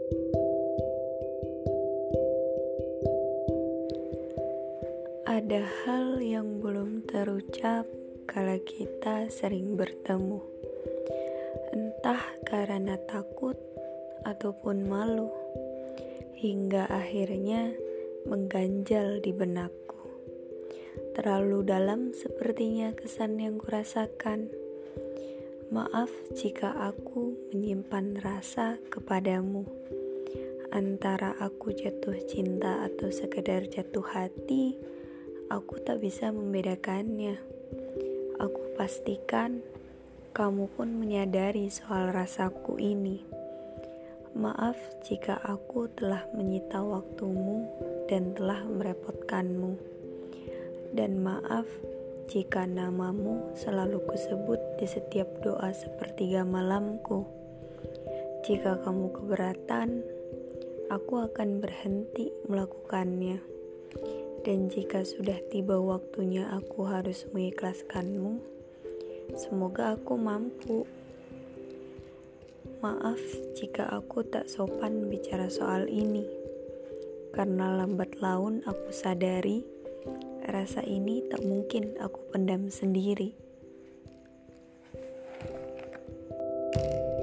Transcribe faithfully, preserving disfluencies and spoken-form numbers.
Ada hal yang belum terucap kala kita sering bertemu, entah karena takut ataupun malu, hingga akhirnya mengganjal di benakku. Terlalu dalam sepertinya kesan yang kurasakan. Maaf jika aku menyimpan rasa kepadamu. Antara aku jatuh cinta atau sekedar jatuh hati, aku tak bisa membedakannya. Aku pastikan kamu pun menyadari soal rasaku ini. Maaf jika aku telah menyita waktumu dan telah merepotkanmu. Dan maaf jika namamu selalu kusebut di setiap doa sepertiga malamku. Jika kamu keberatan, aku akan berhenti melakukannya. Dan jika sudah tiba waktunya aku harus mengikhlaskanmu, semoga aku mampu. Maaf jika aku tak sopan bicara soal ini, karena lambat laun aku sadari rasa ini tak mungkin aku pendam sendiri.